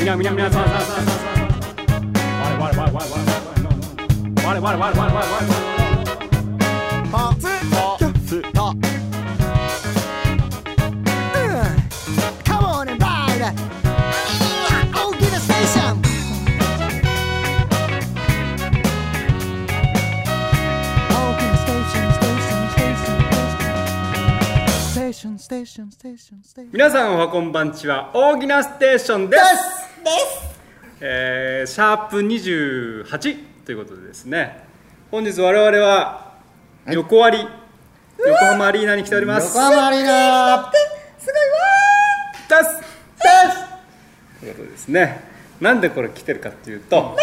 皆さんおはこんばんちは。大喜なステーションです。シャープ28ということでですね、本日我々は横割り、横浜アリーナに来ております。 横浜アリーナすごいわーということですね。なんでこれ来てるかっていうと、なん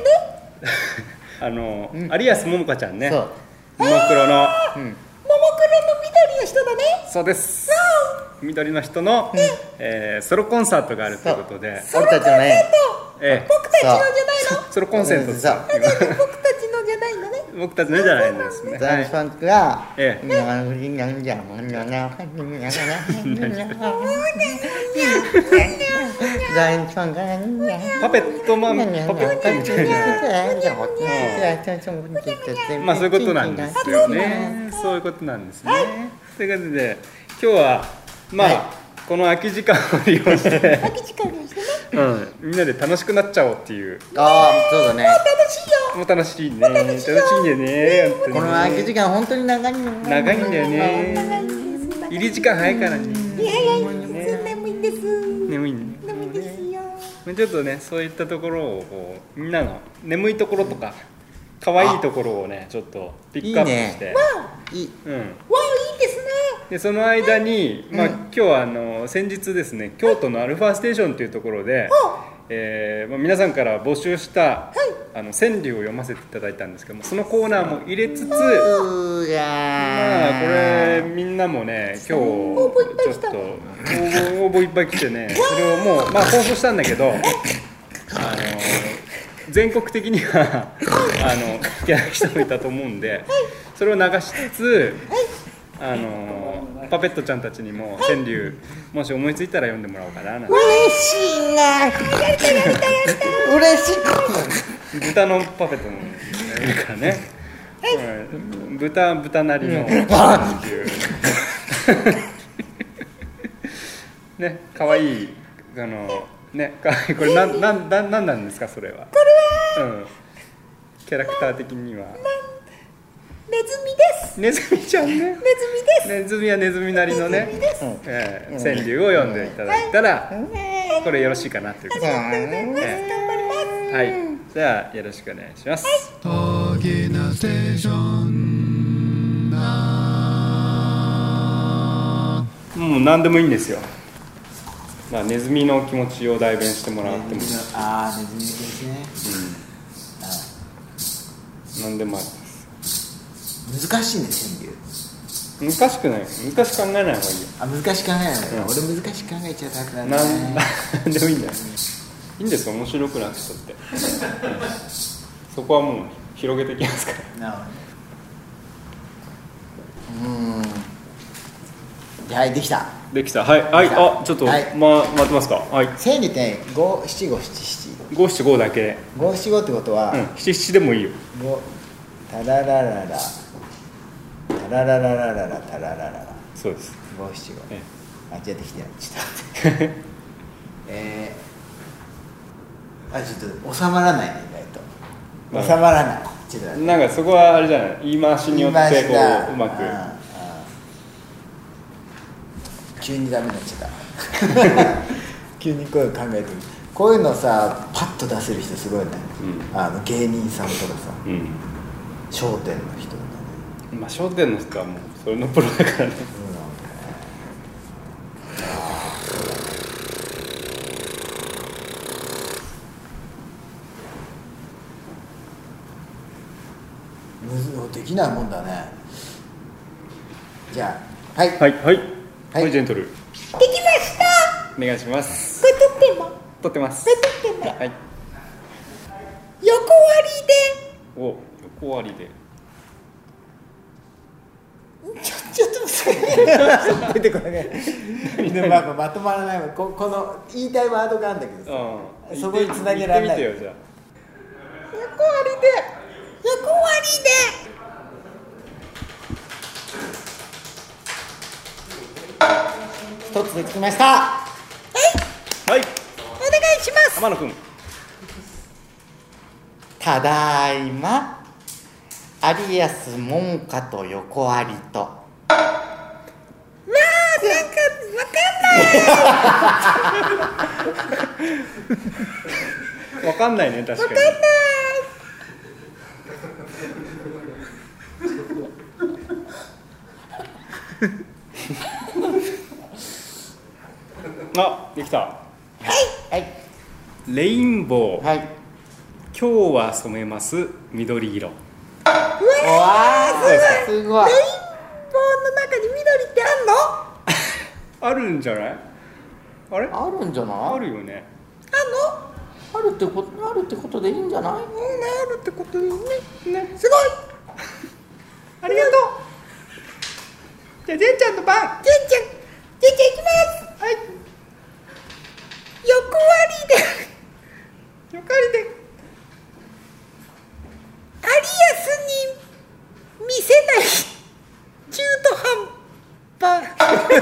で有安桃香ちゃんね、ももクロの緑の人だね。 そうです、緑の人の、ソロコンサートがあるということで、 俺たちのね、 僕たちのじゃないの？ ソロコンセントです。 僕たちのじゃないのね。 僕たちのじゃないんですね。 ザ・ファンクがパペットマン、パペットみたいな、まあそういうことなんですよね。そういうことなんですね。ということで今日はまあこの空き時間を利用してみんなで楽しくなっちゃおうっていう。 ああ、そうだね。 もう楽しいね。楽しいんだよね。 この空き時間本当に長いんだよね。入り時間早いからね。 眠いです。 眠いですよ。ちょっとね、そういったところをこうみんなの眠いところとか可愛いところをね、ちょっとピックアップして、 いいですね。 でその間に、今日は先日ですね、京都のアルファステーションというところで、皆さんから募集した、川柳を読ませていただいたんですけども、そのコーナーも入れつつ、まあこれみんなもね、今日ちょっと応募いっぱい来てね、それをもう放送したんだけど、全国的には聞けない人もいたと思うんで、それを流しつつ、パペットちゃんたちにも川柳もし思いついたら読んでもらおうかななんて。 嬉しいな。やりたい。嬉しい。 豚のパペットもいるからね。豚なりの川柳ね、可愛いね、これなんですかそれは。 これは、 キャラクター的にはネズミです。 ネズミちゃんね。 ネズミです。 ネズミはネズミなりのね、川柳を読んでいただいたら、これよろしいかなということで、 頑張ります。 はい、じゃあよろしくお願いします。 大きなステーションもう何でもいいんですよ。まあネズミの気持ちを代弁してもらってもいい。 ああ、ネズミですね。 何でもあります。 難しいね、川柳。 難しくない。難しく考えない方がいいよ。 難しく考えないの。俺難しく考えちゃうタイプなんだね。 なんでもいいんだよ。いいんですよ、面白くなくたってそこはもう広げていきますから。 なるほど。はい、できた。 はい、ちょっと、待ってますか。はい。 川柳って五七五七七。 五七五だけ。 五七五ってことは、 七七でもいいよ。 タララララタララララララタララララ。 そうです。 五七五。じゃあできてない。ちょっと待って。ちょっと収まらないね、意外と。収まらない。ちょっとなんかそこはあれじゃない。言い回しによってこううまく。 急にダメになっちゃった急に声を考えてる。こういうのさ、パッと出せる人すごいね、芸人さんとかさ、商店の人とかね。 まあ商店の人はもうそれのプロだからね。 できないもんだね。じゃあ、はい、 ジェントル。 できました。 お願いします。 これ撮ってます。 はい。 横割りで。 横割りで。 ちょっと出てこないでもまとまらないわ。この言いたいワードがあるんだけどさ、そこにつなげられない。 言ってみてよじゃあ。 横割りで一つできました。 はいお願いします。 天野くん。 ただいま有安桃香と横ありと。 わあ、なんかわかんないね、確かに。あ、できた。 はい。 レインボー、 はい。 今日は染めます緑色。 わー、すごい。 レインボーの中に緑ってあんの？ あるんじゃない？あれ？ あるんじゃない？ あるよね。 あるってことでいいんじゃない？ あるってことでいいね。すごい。 ありがとう。じゃあジェンちゃんの番。 じゃんいきます。 はい。 横割りでよかりで。 有安に見せない中途半端。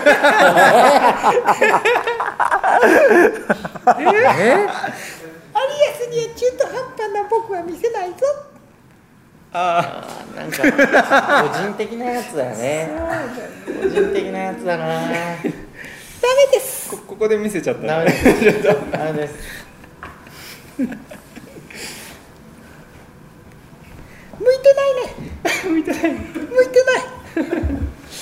有安には中途半端な僕は見せないぞ。 あなんか個人的なやつだよね。個人的なやつだな。 ダメです。 ここで見せちゃった。 ダメです。ダメです。 向いてないね。 向いてない。 向いてない。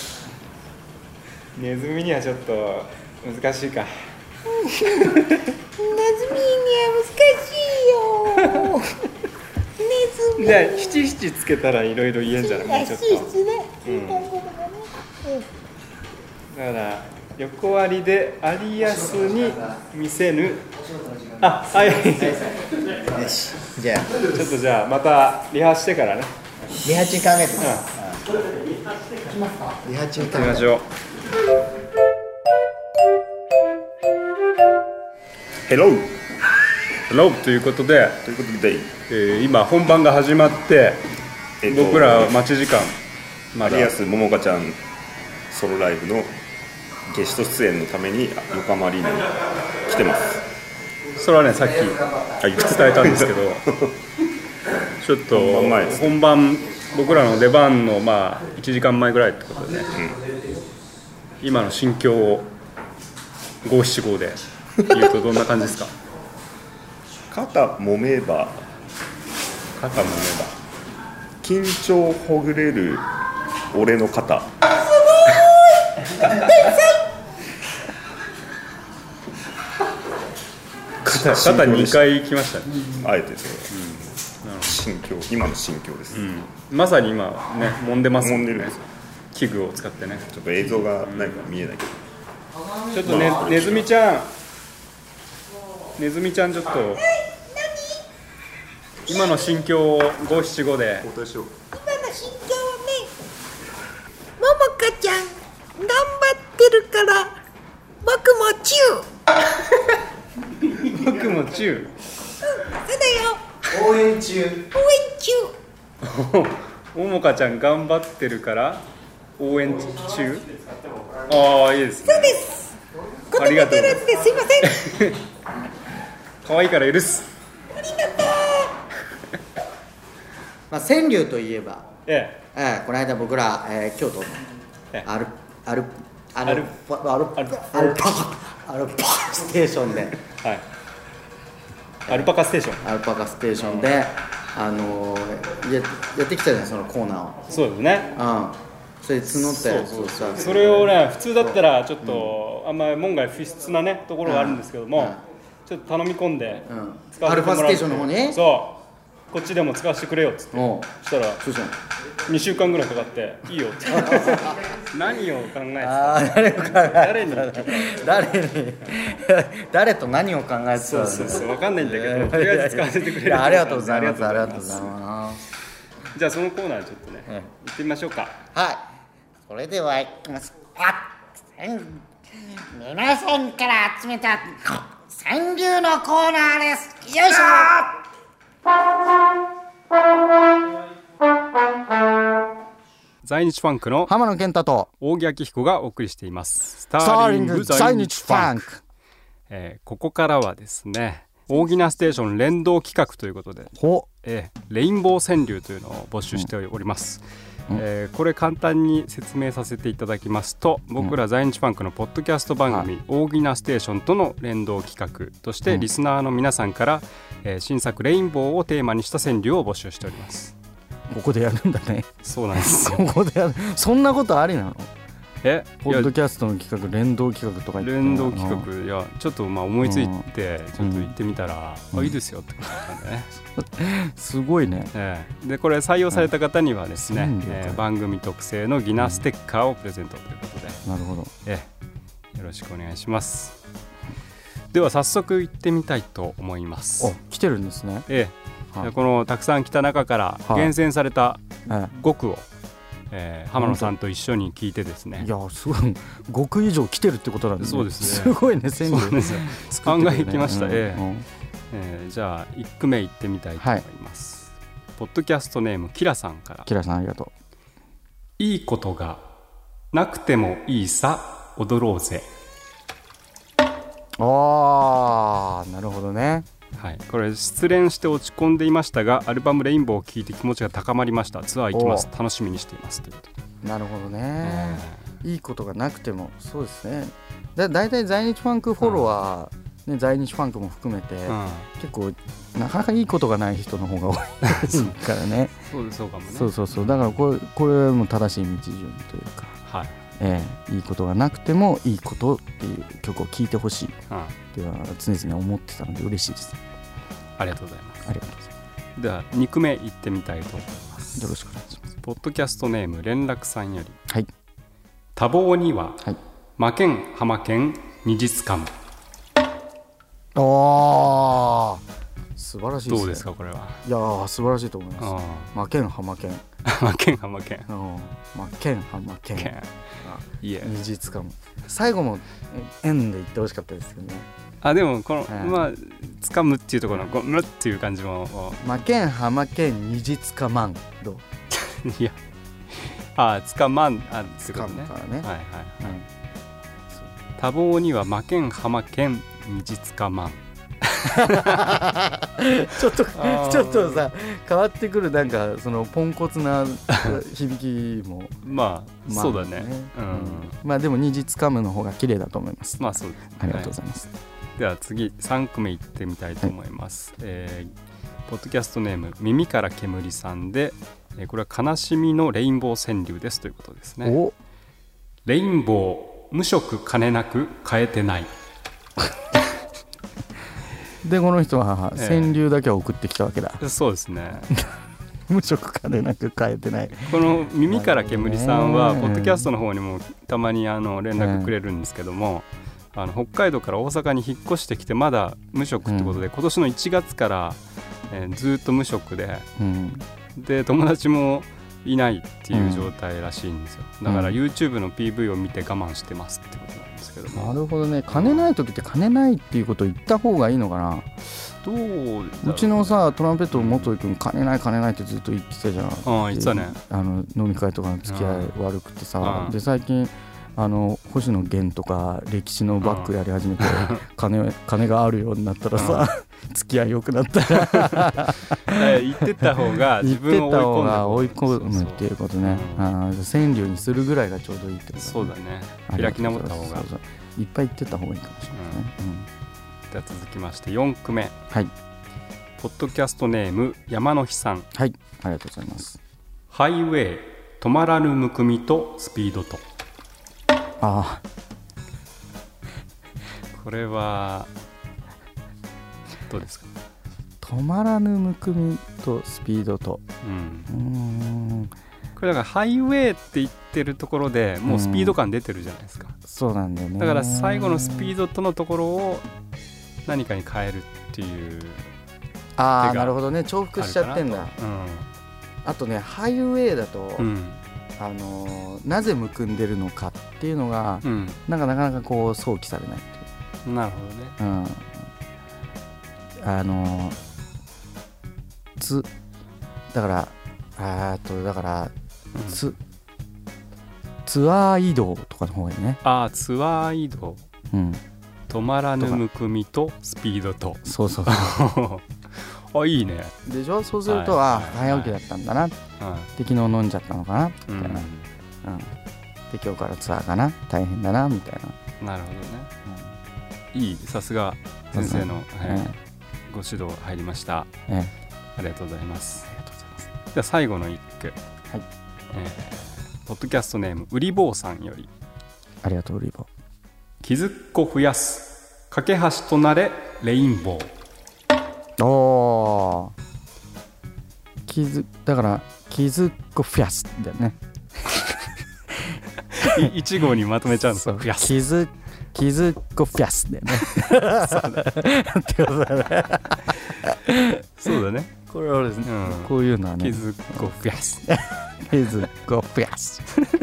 ネズミにはちょっと難しいか。 ネズミには難しいよ。ネズミ。 じゃあ七七つけたらいろいろ言えんじゃない？もうちょっと。 七七ね。いい単語だね。 だから横割りで有安に見せぬ。あ、はい。 よし。じゃあちょっとじゃあまたリハしてからね。 リハ中考えてみます。リハ中考えて行きましょう。 Hello! Hello ということで、今本番が始まって、僕らは待ち時間まだ。 有安桃香ちゃんソロライブのゲスト出演のために横浜アリーナに来てます。 それはね、さっき伝えたんですけどちょっと本番僕らの出番のまあ1時間前ぐらいってことでね、今の心境を五七五で言うとどんな感じですか？ 肩揉めば肩もめ緊張ほぐれる俺の肩。 肩2回来ましたね。 あえてそれは、心境、今の心境です、 まさに今ね揉んでますもんね。 揉んでるんですよ。 器具を使ってね。 ちょっと映像がないから見えないけど、 ちょっとね、ネズミちゃんちょっと今の心境を五七五で。 応対しよう。 今の心境はね、ももかちゃん頑張ってるから僕もチュー。 僕もチュー。 そうだよ。 応援中。 応援中。 ももかちゃん頑張ってるから応援中。ああ、いいですね。 そうです。言葉足らずですいません。 可愛いから許す。 ありがとう。 まあ川柳といえば、 えこの間僕ら、京都のええアルパステーションで、 え、はい。アルパカステーション。 アルパカステーションで、やってきたじゃん、そのコーナーを。 そうですね。 それで募ったやつをさ、 それをね、普通だったらちょっと、あんまり門外不出なねところがあるんですけども、ちょっと頼み込んで使わせてもらって、 アルファステーションの方に、 そうこっちでも使わせてくれよっつって、 そしたらそうしたの。 2週間ぐらいかかっていいよって何を考えて誰と何を考えてたそう分かんないんだけど、とりあえず使わせてくれる。 ありがとうございます。 じゃあそのコーナーちょっとね、行ってみましょうか。 はい。 それではいきます。皆さんから集めた川柳のコーナーです。よいしょ。 在日ファンクの浜野健太と大木明彦がお送りしていますスタスターリング在日ファンク。 ここからはですね大木ナステーション連動企画ということで、レインボー川柳というのを募集しております、これ簡単に説明させていただきますと、僕ら在日ファンクのポッドキャスト番組、大木ナステーションとの連動企画として、リスナーの皆さんから、新作レインボーをテーマにした川柳を募集しております。 ここでやるんだね。 そうなんですよここでやる。そんなことありなの？ポッドいキャストの企画連動企画とかや連動企画、いやちょっと思いついてちょっと行ってみたら、いいですよってことだったんでねすごいね、 でこれ採用された方にはですね、番組特製のギナステッカーをプレゼントということで、 なるほど、 よろしくお願いします。では早速行ってみたいと思います。 来てるんですね。 このたくさん来た中から厳選された5句を、浜野さんと一緒に聞いてですね、 いやすごい5句以上来てるってことなんですね。 そうですね、 すごいね。川柳考えきました。じゃあ1句目行ってみたいと思います、ポッドキャストネームキラさんから。 キラさんありがとう。 いいことがなくてもいいさ踊ろうぜ。 なるほどね。 これ失恋して落ち込んでいましたがアルバムレインボーを聴いて気持ちが高まりました。ツアー行きます、楽しみにしていますということで。 なるほどね、いいことがなくても、そうですね。だいたい在日ファンクフォロワー、在日ファンクも含めて、結構なかなかいいことがない人の方が多いからねそうかもね。 そうだからこれも正しい道順というか、いいことがなくてもいいことっていう曲を聴いてほしいっていうのは常々思ってたので嬉しいですね。 ありがとうございます。 ありがとうございます。 では2句目行ってみたいと思います。 よろしくお願いします。 ポッドキャストネーム連絡さんより、多忙には、負けんはまけん二日間。 素晴らしいですね。 どうですかこれは。 いや素晴らしいと思います。負けんはまけん負けんはまけん負けんはまけんいえ二日間。最後も円で言ってほしかったですけどね。 でもこの、掴むっていうところのむっていう感じも負けんはまけん二日満。どういや掴まんってことね。 からね。 多忙には負けんはまけん二日満ちょっとさ変わってくる、なんかそのポンコツな響きもそうだね。 でも二日噛むの方が綺麗だと思います。 そうです。 ありがとうございます。 では次3句目いってみたいと思います。ポッドキャストネーム耳から煙さんで、これは悲しみのレインボー川柳ですということですね。レインボー無色金なく変えてないでこの人は川柳だけを送ってきたわけだ。 そうですね無色金なく変えてない。 この耳から煙さんはポッドキャストの方にもたまに連絡くれるんですけども、北海道から大阪に引っ越してきてまだ無職ってことで、今年の1月から、ずっと無職で、で友達もいないっていう状態らしいんですよ。だから YouTube の PV を見て我慢してますってことなんですけども。 なるほどね。金ない時って金ないっていうことを言った方がいいのかな。うちのさトランペットの元井君金ないってずっと言ってたじゃん。 言ってたね。 飲み会とかの付き合い悪くてさ、で最近星野源とか歴史のバックやり始めて金があるようになったらさ付き合い良くなったら言ってた方が自分を追い込むっていうことね。川柳にするぐらいがちょうどいいってことね。 そうだね。開き直った方がいっぱい言ってた方がいいかもしれないね。 では続きまして4句目、ポッドキャストネーム山の日さん。 ありがとうございます。 ハイウェイ止まらぬむくみとスピードと。これはどうですか。 止まらぬむくみとスピードと、 これだからハイウェイって言ってるところでもうスピード感出てるじゃないですか。 そうなんだよね。 だから最後のスピードとのところを何かに変えるっていうなるほどね。重複しちゃってんだ。あとねハイウェイだと、 なぜむくんでるのかっていうのが、 うん、 なかなかこう想起されないっていう。 なるほどね。 だからツアー移動とかの方がいいね。 ツアー移動、 うん、 止まらぬむくみとスピードと。 そうそういいね。 でしょ。そうすると、早起きだったんだな、で昨日飲んじゃったのかなみたいな、で今日からツアーかな、大変だなみたいな。なるほどね、いい、さすが先生の、ご指導入りました、ありがとうございます。では最後の一句、はい、ポッドキャストネームうりぼうさんより。 ありがとう。うりぼう。 傷っこ増やす架け橋となれレインボー。 だから傷っこ増やすだよね。 1号にまとめちゃうんですよ。増やす傷っこ増やすだよね。 そうだね。 これはですね、こういうのはね、 傷っこ増やす傷っこ増やす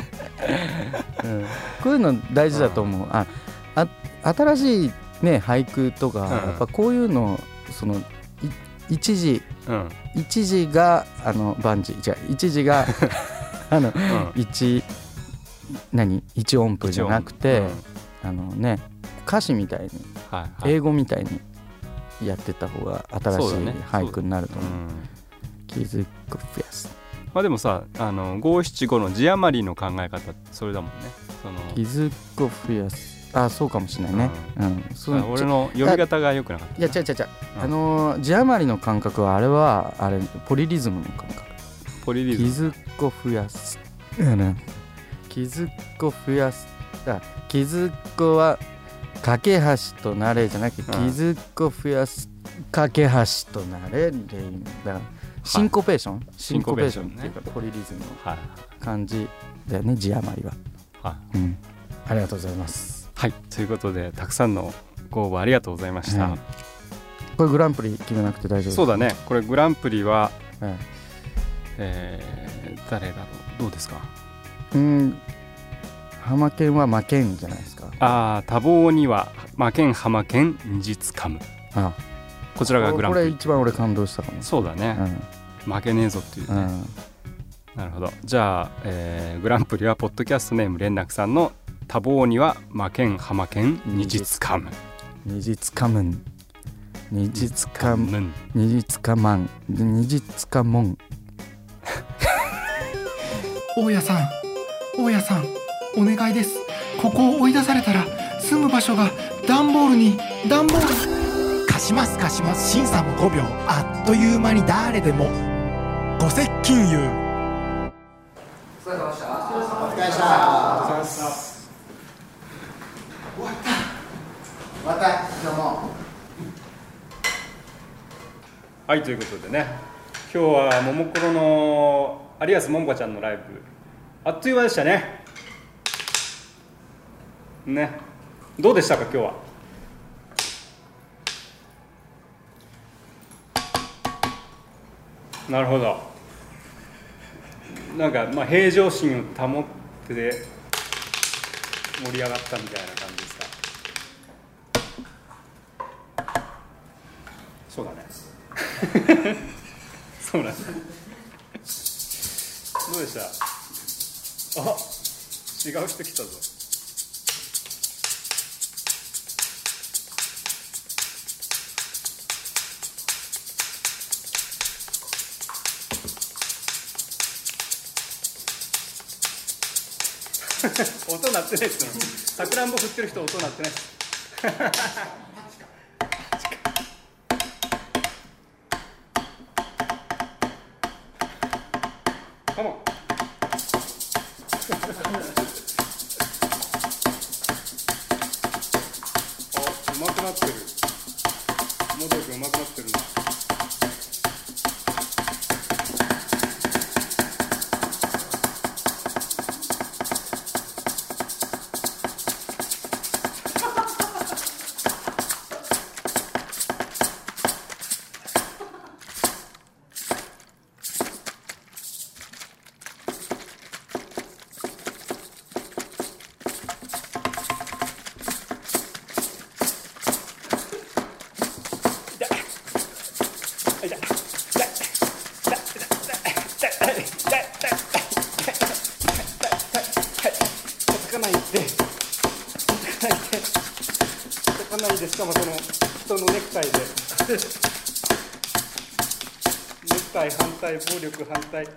こういうの大事だと思う。新しいね俳句とか、やっぱこういうの、その一時が万事、一時が一音符じゃなくて、歌詞みたいに、英語みたいにやってた方が新しい俳句になると思う。傷っこ増やす。 でもさ、五七五の字余りの考え方それだもんね。 傷っこ増やす。そうかもしれないね。 俺の読み方が良くなかった。 いや違う、字余りの感覚はあれポリリズムの感覚。 ポリリズム。 傷っこ増やす。傷っこ増やす。傷っこは架け橋となれじゃなくて、傷っこ増やす架け橋となれでいいんだ。シンコペーションっていうか、ポリリズムの感じだよね、字余りは。ありがとうございます。 はい、ということでたくさんのご応募ありがとうございました。 これグランプリ決めなくて大丈夫ですか？ そうだね。これグランプリは、誰だろう。どうですか？ 浜県は負けんじゃないですか。 多忙には負けん浜県日つかむ。こちらがグランプリ。 これ一番俺感動したかも。 そうだね、負けねえぞっていうね、なるほど。じゃあ、グランプリはポッドキャストネーム連絡さんの多忙には負けん浜県日つかむ。 日つかむん日つかむん日つかまん日つかもん。 大家さんお願いです。ここを追い出されたら住む場所が段ボール貸します審査も5秒、あっという間に誰でもご接近遊。 お疲れ様でした。お疲れ様でした。また今日も。 はい、ということでね、今日はももクロの有安ももかちゃんのライブ、あっという間でしたね。どうでしたか今日は。なるほど。なんか平常心を保って盛り上がったみたいな感じですか。そうだね。そうなんだ。どうでした？違う人来たぞ。音鳴ってないっすよ。さくらんぼ振ってる人音鳴ってないっす。カモン。うまくなってる。モド君うまくなってるな。 かなりで、しかもその人のネクタイでネクタイ反対、暴力反対。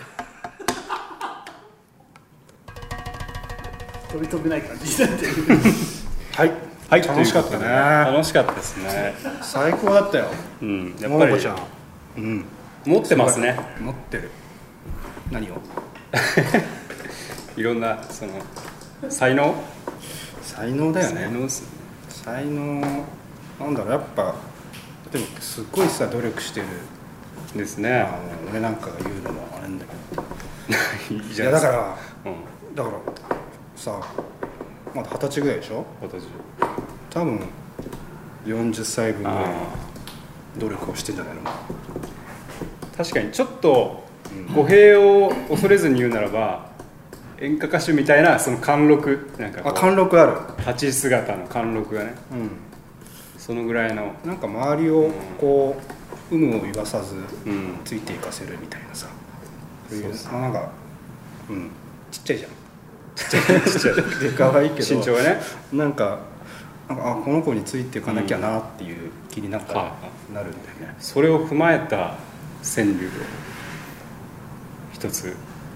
飛び飛べない感じになってるはいはい、 楽しかったね。 楽しかったですね。 最高だったよ。 うん、やっもぱりもこちゃん、うん、 持ってますね。 持ってる。何をいろんなその才能才能だよね。 才能ですね。 才能なんだろう、やっぱでもすっごいさ努力してるですね。 俺なんかが言うのもあれんだけどいいいじゃないですか。 やだからうん、 だからさまだ20歳ぐらいでしょ。 私多分40歳分ぐらい努力をしてんじゃないの。 確かにちょっと語弊を恐れずに言うならば、演歌歌手みたいなその貫禄、なんかこう貫禄ある。 立ち姿の貫禄がね、そのぐらいのなんか周りをこう有無を言わさずうんついていかせるみたいなさ、そういうそうそうまあなんかちっちゃいじゃん。 ちっちゃいで可愛いけど身長がね、 なんかこの子についていかなきゃなっていう気になんかなるんだよね。 それを踏まえた川柳を一つ。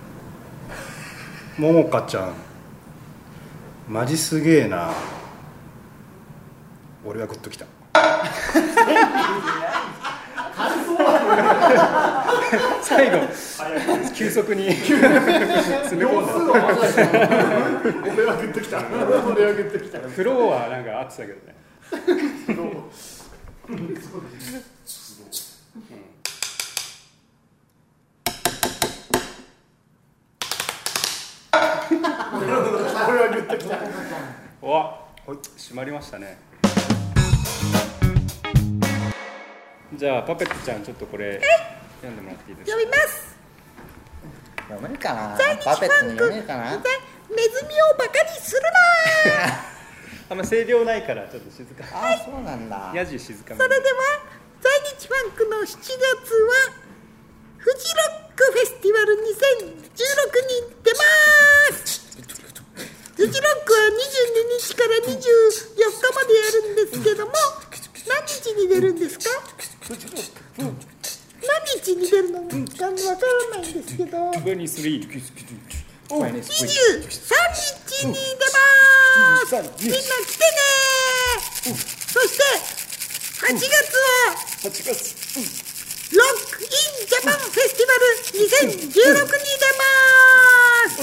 ももかちゃんマジすげえな。俺はグッときた。 最後急速に詰め込んだ。 俺はグッときた。俺はグッときた。 フローはなんか合ってたけどね。 俺はグッときた。 お、閉まりましたね。じゃあパペットちゃん、ちょっとこれ読んでもらっていいですか。 読みます。 読めるかな。 在日フパペットにァンク読めるかな。 ネズミをバカにするなあんま声量ないからちょっと静か。 あ、そうなんだ。 ヤジ静かめ。 それでは在日ファンクの7月はフジロックフェスティバル2016に出ます。フジロックは22日から24日までやるんですけども、何日に出るんですか。何日に出るのかわからないんですけど、23日に出ます。みんな来てね。そして8月はロックインジャパンフェスティバル2016に出ます。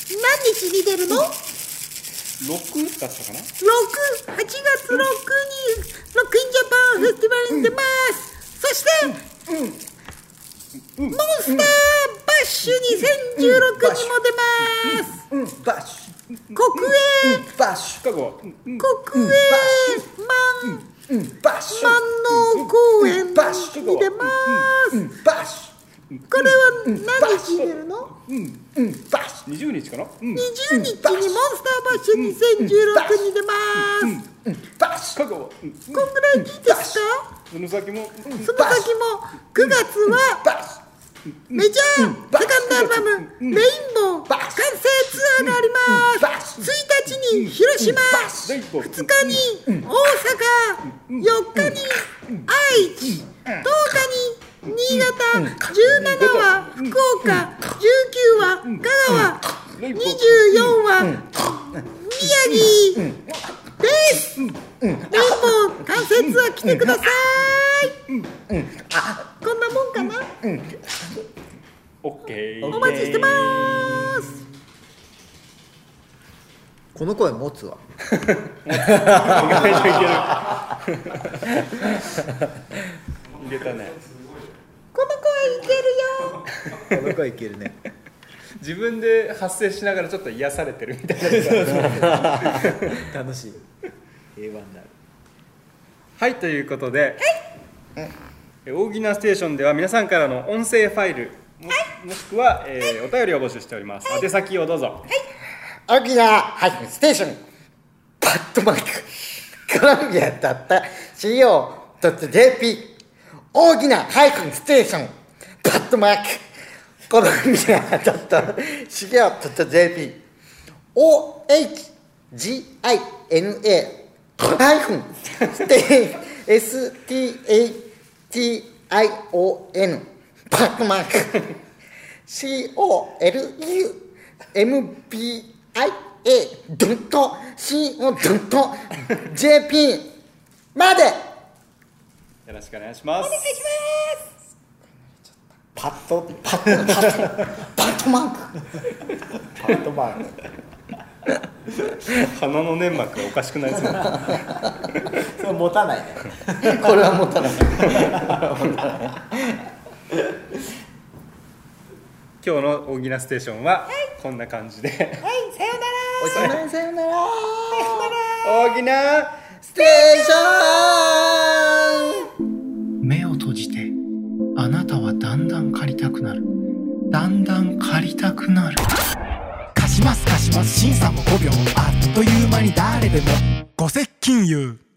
何日に出るの 6だったかな。 8月6にロックインジャパンフェスティバルに出ます。そしてモンスターバッシュ2016にも出ます。 バッシュ。 国営バッシュ。 シカゴ。 国営バッシュ。 万能公園に出ます。 バッシこれは何日に出るのュ。バッシ 20日かな。 20日にモンスターバッシュ2016に出ます。 ュ。バッシシカゴ。 こんぐらいいいですか。 その先もその先も9月はメジャーセカンドアルバムレインボー完成ツアーがあります。1日に広島、2日に大阪、4日に愛知、10日に新潟、17は福岡、19は香川、24は宮城です。レインボー完成ツアー来てください。こんなもんかな。 オッケー。 お待ちしてます。 この声持つわ。 意外といける。入れたね。 この声いけるよ。 この声いけるね。 自分で発声しながらちょっと癒されてるみたいな。 楽しい。平和になる。 はい、ということで、大喜なステーションでは皆さんからの音声ファイル、もしくは、お便りを募集しております。宛先をどうぞ。 大きなハイフンステーションパッドマークコロンビアだった CO.jp 大きなハイフンステーションパッドマークコロンビアだった CO.jp OHGINA ハイフンステイ STATION パットマーク COLUMBIA.co.jp まで。 よろしくお願いします。 パットマークパットマーク鼻の粘膜がおかしくなりそうなそれ持たないねこれは持たない今日の大喜なステーションはこんな感じで、 はい、さよなら。おしまい、さよなら。 大喜なステーション。 目を閉じて、あなたはだんだん借りたくなる。だんだん借りたくなる。貸します審査も5秒。あっという間に誰でもご接近言う。